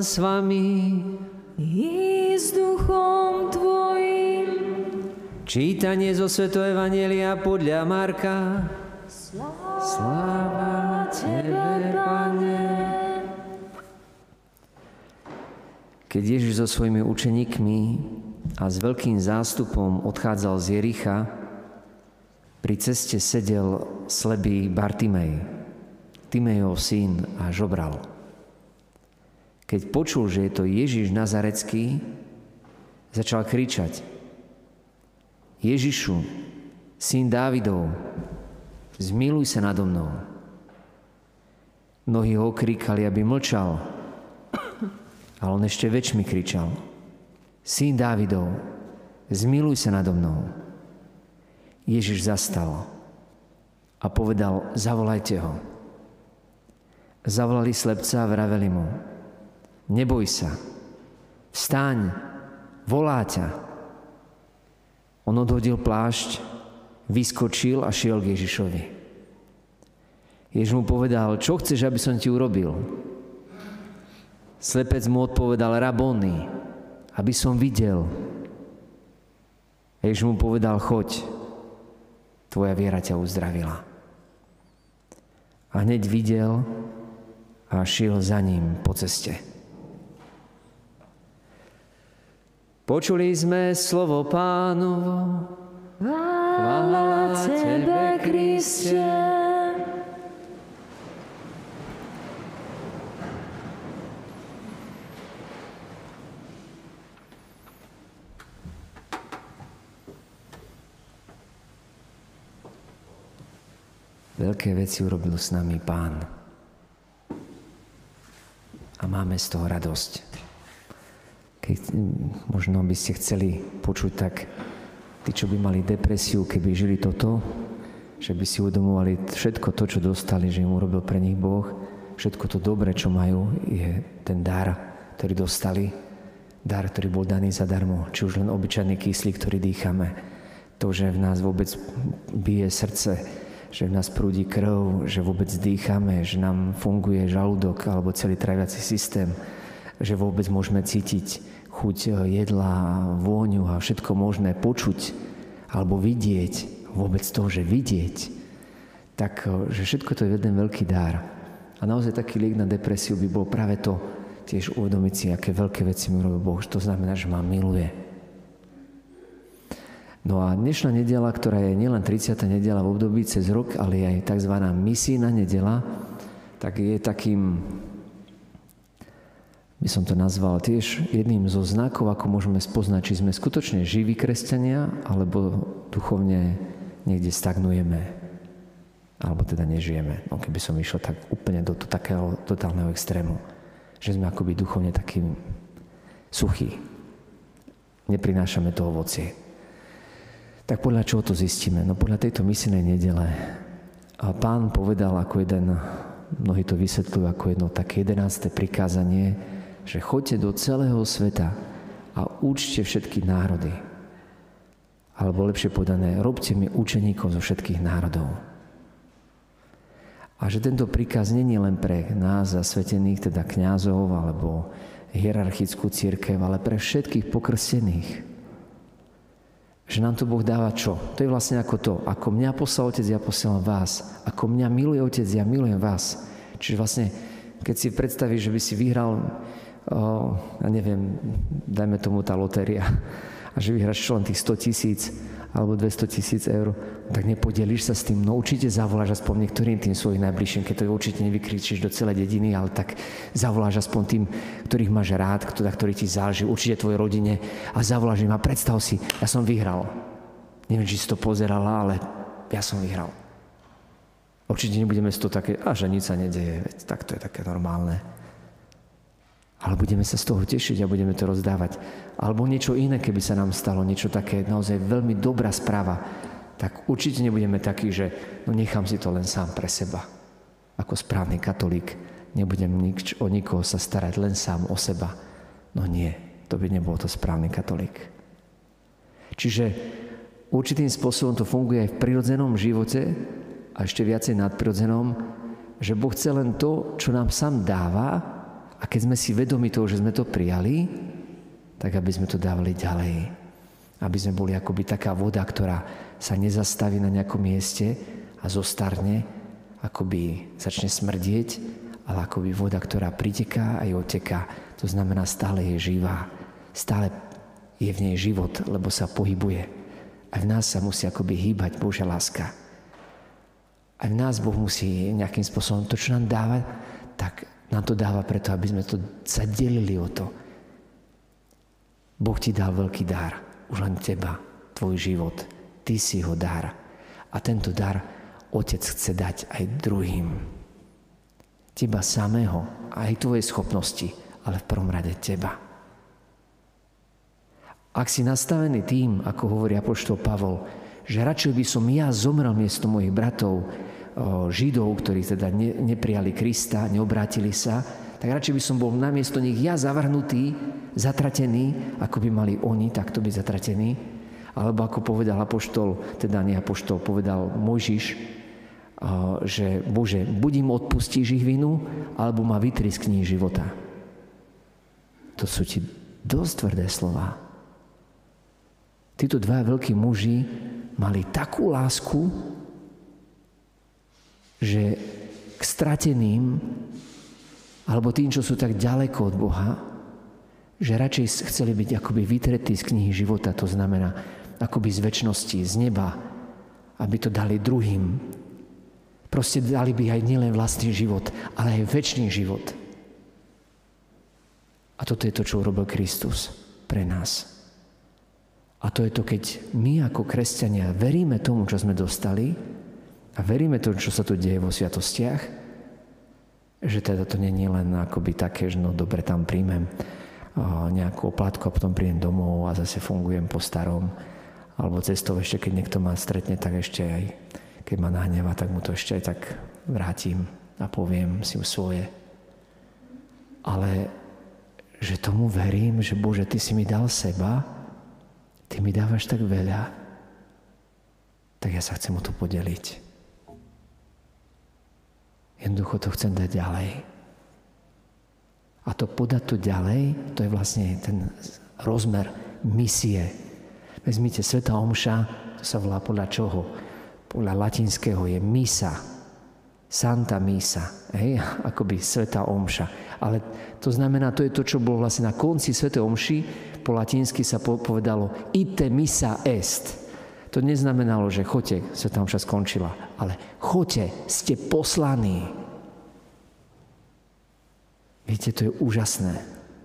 Pán s vami. I s duchom tvojim. Čítanie zo svätého evanjelia podľa Marka. Sláva tebe, Pane. Keď Ježiš so svojimi učeníkmi a s veľkým zástupom odchádzal z Jericha, pri ceste sedel slepý Bartimej, Timejov syn, a žobral. Keď počul, že je to Ježiš Nazarecký, začal kričať: Ježišu, syn Dávidov, zmiluj sa nado mnou. Mnohí ho kríkali, aby mlčal, ale on ešte väčšmi kričal: Syn Dávidov, zmiluj sa nado mnou. Ježiš zastal a povedal: zavolajte ho. Zavolali slepca a vraveli mu: neboj sa, vstaň, volá ťa. On odhodil plášť, vyskočil a šiel k Ježišovi. Ježiš mu povedal: čo chceš, aby som ti urobil? Slepec mu odpovedal: rabóni, aby som videl. Ježiš mu povedal: choď, tvoja viera ťa uzdravila. A hneď videl a šiel za ním po ceste. Počuli sme slovo Pánovo. Chvála tebe, Kriste. Veľké veci urobil s nami Pán. A máme z toho radosť. Keď možno by ste chceli počuť, tak tí, čo by mali depresiu, keby žili toto, že by si uvedomovali všetko to, čo dostali, že im urobil pre nich Boh, všetko to dobré, čo majú, je ten dar, ktorý dostali, dar, ktorý bol daný zadarmo, či už len obyčajný kyslík, ktorý dýchame, to, že v nás vôbec bije srdce, že v nás prúdi krv, že vôbec dýchame, že nám funguje žalúdok alebo celý traviaci systém, že vôbec môžeme cítiť chuť jedla, vôňu a všetko možné počuť alebo vidieť, vôbec to, že vidieť, tak, že všetko to je jeden veľký dar. A naozaj taký liek na depresiu by bol práve to, tiež uvedomiť si, aké veľké veci mi robil Boh. To znamená, že ma miluje. No a dnešná nedeľa, ktorá je nielen 30. nedeľa v období cez rok, ale aj tzv. Misijná nedeľa, tak je takým, by som to nazval tiež jedným zo znakov, ako môžeme spoznať, či sme skutočne živí kresťania, alebo duchovne niekde stagnujeme, alebo teda nežijeme. No keby som išiel tak úplne do takého totálneho extrému, že sme akoby duchovne takí suchí. Neprinášame to ovocie. Tak podľa čoho to zistíme? No podľa tejto misijnej nedele. A Pán povedal ako jeden, mnohí to vysvetľujú ako jedno také 11. prikázanie, že choďte do celého sveta a učte všetky národy. Alebo lepšie povedané, robte mi učeníkov zo všetkých národov. A že tento príkaz nie je len pre nás zasvetených, teda kňazov alebo hierarchickú cirkev, ale pre všetkých pokrstených. Že nám to Boh dáva čo? To je vlastne ako to. Ako mňa poslal Otec, ja posielam vás. Ako mňa miluje Otec, ja milujem vás. Čiže vlastne, keď si predstavíš, že by si vyhral, ja neviem, dajme tomu tá lotéria, a že vyhráš čo len tých 100 000 alebo 200 000 eur, tak nepodeliš sa s tým. No určite zavoláš aspoň niektorým tým svojich najbližším, keď to určite nevykričíš do celej dediny, ale tak zavoláš aspoň tým, ktorých máš rád, ktorí ti záleží, určite tvojej rodine, a zavoláš im a predstav si, ja som vyhral. Neviem, či si to pozerala, ale ja som vyhral. Určite nebudeme si to také, že nič sa nedeje, tak to je také normálne. Ale budeme sa z toho tešiť a budeme to rozdávať. Alebo niečo iné, keby sa nám stalo, niečo také naozaj veľmi dobrá správa, tak určite nebudeme takí, že nechám si to len sám pre seba. Ako správny katolík nebudem o nikoho sa starať, len sám o seba. No nie, to by nebol to správny katolík. Čiže určitým spôsobom to funguje aj v prirodzenom živote a ešte viacej nadprirodzenom, že Boh chce len to, čo nám sám dáva, a A keď sme si vedomi toho, že sme to prijali, tak aby sme to dávali ďalej. Aby sme boli akoby taká voda, ktorá sa nezastaví na nejakom mieste a zostarne, akoby začne smrdieť, ale akoby voda, ktorá priteká a odteká. To znamená, stále je živá. Stále je v nej život, lebo sa pohybuje. A v nás sa musí akoby hýbať Božia láska. A v nás Boh musí nejakým spôsobom to, čo nám dáva, tak nám to dáva preto, aby sme to zadelili o to. Boh ti dal veľký dar, už len teba, tvoj život. Ty si ho dar. A tento dar Otec chce dať aj druhým. Teba samého, aj tvoje schopnosti, ale v prvom rade teba. Ak si nastavený tým, ako hovorí apoštol Pavol, že radšej by som ja zomrel miesto mojich bratov, Židov, ktorí teda neprijali Krista, neobrátili sa, tak radšej by som bol namiesto nich ja zavrhnutý, zatratený, ako by mali oni takto byť zatratení. Alebo ako povedal apoštol, teda nie apoštol, povedal Mojžiš, že Bože, buď im odpustíš ich vinu, alebo ma vytri z kníh života. To sú ti dosť tvrdé slová. Títo dva veľkí muži mali takú lásku, že k strateným, alebo tým, čo sú tak ďaleko od Boha, že radšej chceli byť akoby vytretí z knihy života, to znamená akoby z večnosti, z neba, aby to dali druhým. Proste dali by aj nielen vlastný život, ale aj večný život. A toto je to, čo urobil Kristus pre nás. A to je to, keď my ako kresťania veríme tomu, čo sme dostali a veríme tomu, čo sa tu deje vo sviatostiach, že teda to nie je len akoby také, že no dobre, tam príjmem nejakú oplátku a potom prídem domov a zase fungujem po starom. Alebo cestou ešte, keď niekto ma stretne, tak ešte aj, keď ma nahneva, tak mu to ešte aj tak vrátim a poviem si svoje. Ale že tomu verím, že Bože, Ty si mi dal seba, Ty mi dávaš tak veľa, tak ja sa chcem o to podeliť. Jednoducho to chcem dať ďalej. A to podať to ďalej, to je vlastne ten rozmer misie. Vezmite Svätá omša, to sa volá podľa čoho? Podľa latinského je misa. Santa misa. Hej? Akoby Svätá omša. Ale to znamená, to je to, čo bolo vlastne na konci Svätej omši. Po latinsky sa povedalo ite missa est. To neznamenalo, že choďte, Svätá omša skončila. Ale choďte, ste poslaní. Viete, to je úžasné.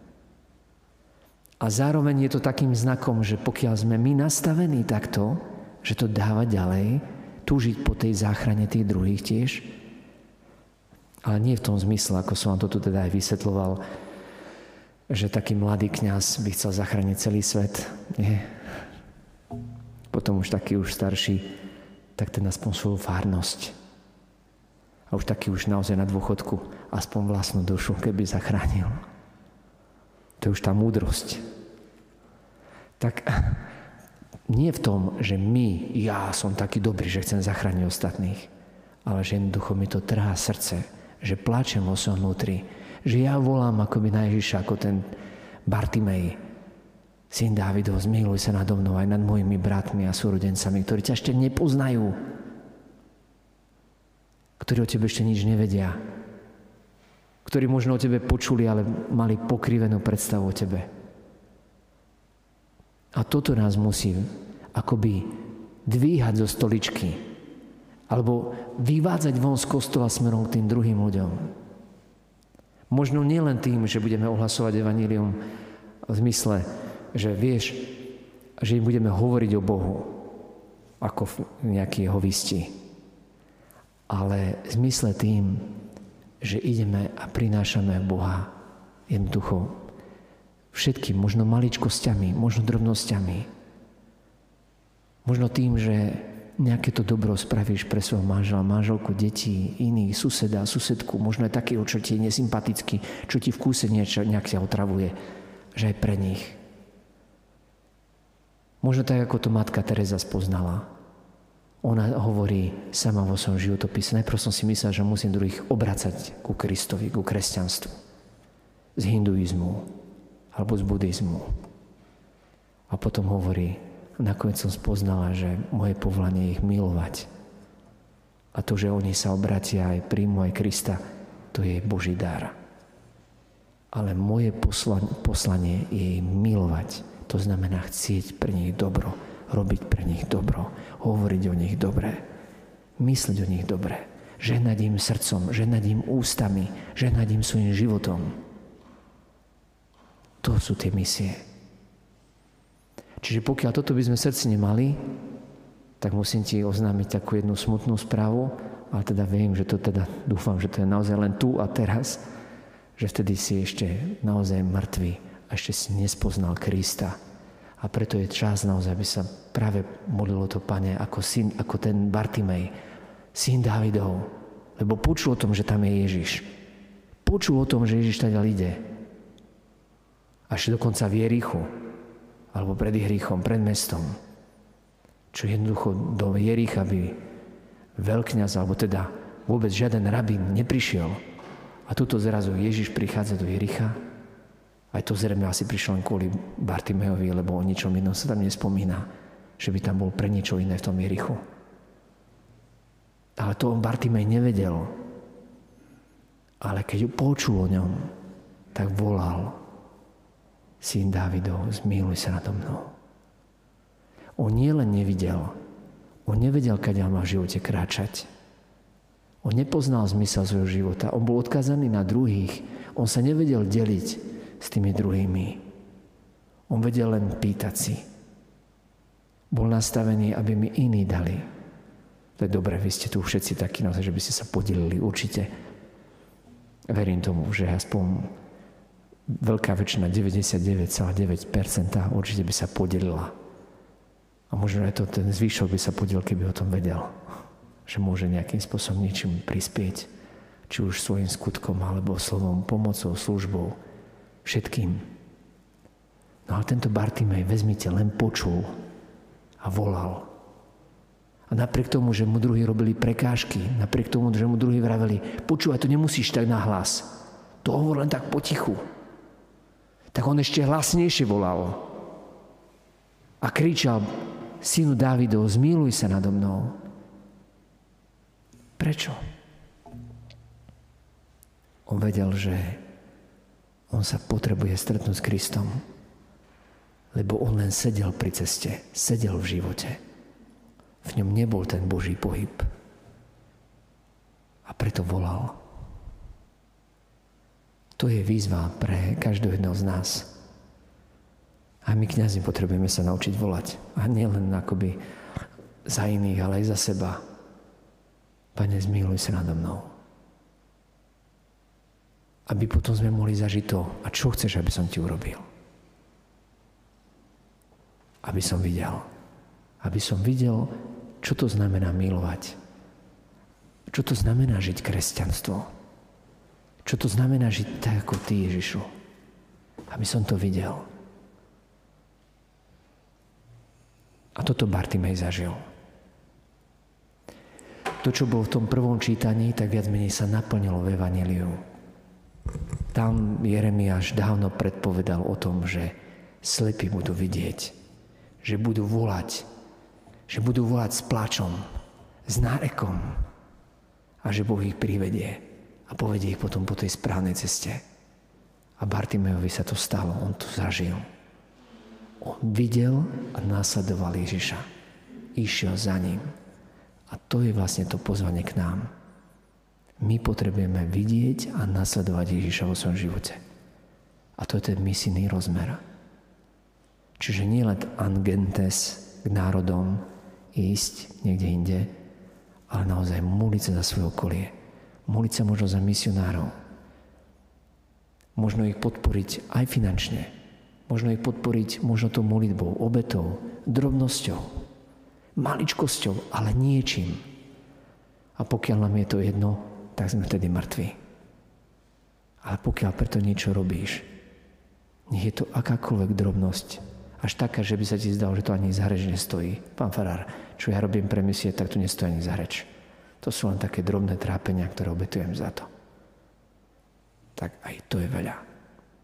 A zároveň je to takým znakom, že pokiaľ sme my nastavení takto, že to dáva ďalej, túžiť po tej záchrane tých druhých tiež, ale nie v tom zmysle, ako som vám to tu teda aj vysvetľoval, že taký mladý kňaz by chcel zachrániť celý svet. Nie. Potom už taký už starší, tak ten aspoň svoju farnosť. A už taký už naozaj na dôchodku, aspoň vlastnú dušu, keby zachránil. To je už tá múdrosť. Tak nie v tom, že ja som taký dobrý, že chcem zachrániť ostatných, ale že jednoducho mi to trhá srdce, že plačem vo svojom vnútri, že ja volám akoby na Ježiša, ako ten Bartimej, syn Dávidov, zmiluj sa nado mnou aj nad mojimi bratmi a súrodencami, ktorí ťa ešte nepoznajú, ktorí o tebe ešte nič nevedia, ktorí možno o tebe počuli, ale mali pokrivenú predstavu o tebe. A toto nás musí akoby dvíhať zo stoličky alebo vyvádzať von z kostola smerom k tým druhým ľuďom. Možno nielen tým, že budeme ohlasovať evanjelium v zmysle, že vieš, že im budeme hovoriť o Bohu ako nejakí jeho visti, ale v zmysle tým, že ideme a prinášame Boha jednoducho všetkým, možno maličkosťami, možno drobnosťami. Možno tým, že nejaké to dobro spravíš pre svojho manžela, manželku, detí, iných, suseda, susedku, možno aj takého, čo ti je nesympatický, čo ti v kúse nejak sa otravuje, že aj pre nich. Možno tak, ako to matka Teresa spoznala. Ona hovorí sama vo svojom životopise, najprv som si myslel, že musím druhých obracať ku Kristovi, ku kresťanstvu. z hinduizmu alebo z buddhizmu. A potom hovorí, nakoniec som spoznala, že moje povolanie je ich milovať. A to, že oni sa obratia aj príjmu aj Krista, to je Boží dar. Ale moje poslanie je ich milovať. To znamená chcieť pre nich dobro, robiť pre nich dobro, hovoriť o nich dobre, mysliť o nich dobre, žehnať im srdcom, žehnať im ústami, žehnať im svojim životom. To sú tie misie. Čiže pokiaľ toto by sme v srdci nemali, tak musím ti oznámiť takú jednu smutnú správu, ale teda viem, že to teda, dúfam, že to je naozaj len tu a teraz, že vtedy si ešte naozaj mŕtvy a ešte si nespoznal Krista. A preto je čas naozaj, aby sa práve modlilo to, Pane, ako ten Bartimej, syn Dávidov, lebo počul o tom, že tam je Ježiš. Počul o tom, že Ježiš teda ide. Až dokonca v Jerichu, alebo pred Jerichom, pred mestom. Čo jednoducho do Jericha by veľkňaz, alebo teda vôbec žiaden rabín neprišiel. A tuto zrazu Ježiš prichádza do Jericha. Aj to zrejme asi prišiel len kvôli Bartimejovi, lebo o ničom inom sa tam nespomína, že by tam bol pre niečo iné v tom Jerichu. Ale to Bartimej nevedel. Ale keď počul o ňom, tak volal: Syn Dávidov, zmiluj sa nado mnou. On nielen nevidel, on nevedel, kadeľ má v živote kráčať. On nepoznal zmysel svojho života, on bol odkazaný na druhých, on sa nevedel deliť s tými druhými. On vedel len pýtať si. Bol nastavený, aby mi iní dali. To je dobré, vy ste tu všetci takí, naozaj, že by ste sa podelili, určite. Verím tomu, že aspoň veľká väčšina, 99,9% určite by sa podelila. A možno aj to ten zvýšok by sa podiel, keby o tom vedel. Že môže nejakým spôsobom niečím prispieť. Či už svojim skutkom, alebo slovom, pomocou, službou. Všetkým. No ale tento Bartimej, vezmite, len počul a volal. A napriek tomu, že mu druhí robili prekážky, napriek tomu, že mu druhí vraveli: počúvaj, to nemusíš tak nahlas. To hovor len tak potichu. Tak on ešte hlasnejšie volal. A kričal: Synu Dávidov, zmiluj sa nado mnou. Prečo? On vedel, že on sa potrebuje stretnúť s Kristom, lebo on len sedel pri ceste, sedel v živote. V ňom nebol ten Boží pohyb. A preto volal. To je výzva pre každého jedného z nás. A my, kňazi, potrebujeme sa naučiť volať. A nie len akoby za iných, ale aj za seba. Pane, zmiluj sa nado mnou. Aby potom sme mohli zažiť to, a čo chceš, aby som ti urobil. Aby som videl. Aby som videl, čo to znamená milovať. Čo to znamená žiť kresťanstvo. Čo to znamená žiť tak, ako ty, Ježišu. Aby som to videl. A toto Bartimej zažil. To, čo bolo v tom prvom čítaní, tak viac menej sa naplnilo v Evanjeliu. Tam Jeremiáš dávno predpovedal o tom, že slepí budú vidieť, že budú volať s pláčom, s nárekom a že Boh ich privedie a povedie ich potom po tej správnej ceste. A Bartimejovi sa to stalo, on to zažil. On videl a nasledoval Ježiša. Išiel za ním. A to je vlastne to pozvanie k nám. My potrebujeme vidieť a nasledovať Ježiša vo svojom živote. A to je ten misijný rozmer. Čiže nie len angentes k národom ísť niekde inde, ale naozaj modliť sa za svoje okolie. Modliť sa možno za misionárov. Možno ich podporiť aj finančne. Možno ich podporiť možno tou modlitbou, obetou, drobnosťou, maličkosťou, ale niečím. A pokiaľ nám je to jedno, tak sme vtedy mŕtvi. Ale pokiaľ preto niečo robíš, nech je to akákoľvek drobnosť, až taká, že by sa ti zdalo, že to ani za reč nestojí. Pán farár, čo ja robím pre misie, tak to nestojí ani za reč. To sú len také drobné trápenia, ktoré obetujem za to. Tak aj to je veľa.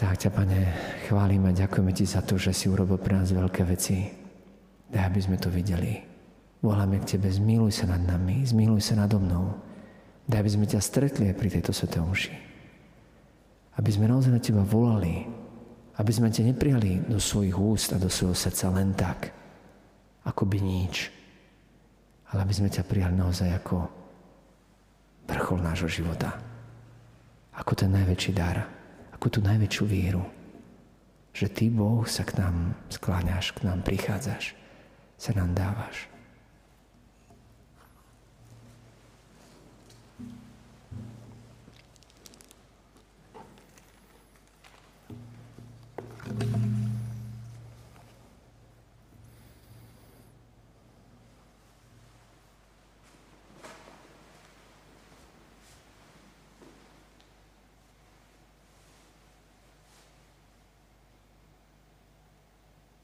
Tak ťa, Pane, chválime, ďakujeme Ti za to, že si urobil pre nás veľké veci. Daj, aby sme to videli. Voláme k Tebe, zmiluj sa nad nami, zmiluj sa nado mnou. Daj, aby sme ťa stretli aj pri tejto svätej omši. Aby sme naozaj na Teba volali, aby sme ťa neprijali do svojich úst a do svojho srdca len tak, ako by nič, ale aby sme ťa prijali naozaj ako vrchol nášho života. Ako ten najväčší dar, ako tú najväčšiu víru, že Ty, Boh, sa k nám skláňaš, k nám prichádzaš, sa nám dávaš.